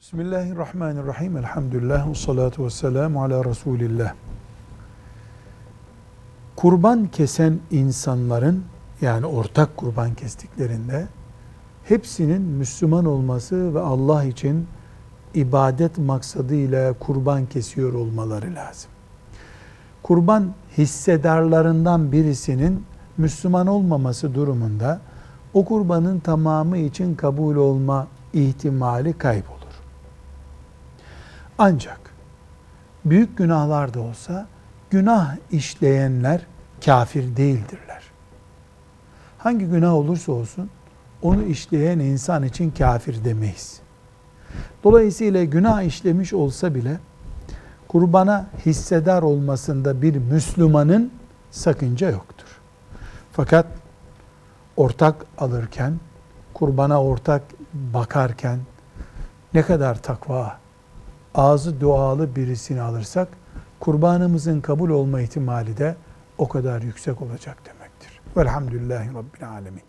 Bismillahirrahmanirrahim. Elhamdülillah ve salatu ve selamu ala Resulillah. Kurban kesen insanların, yani ortak kurban kestiklerinde hepsinin Müslüman olması ve Allah için ibadet maksadıyla kurban kesiyor olmaları lazım. Kurban hissedarlarından birisinin Müslüman olmaması durumunda o kurbanın tamamı için kabul olma ihtimali kaybolur. Ancak büyük günahlar da olsa günah işleyenler kafir değildirler. Hangi günah olursa olsun onu işleyen insan için kafir demeyiz. Dolayısıyla günah işlemiş olsa bile kurbana hissedar olmasında bir Müslümanın sakınca yoktur. Fakat ortak alırken, kurbana ortak bakarken ne kadar takva, ağzı dualı birisini alırsak kurbanımızın kabul olma ihtimali de o kadar yüksek olacak demektir. Velhamdülillahi Rabbil Alemin.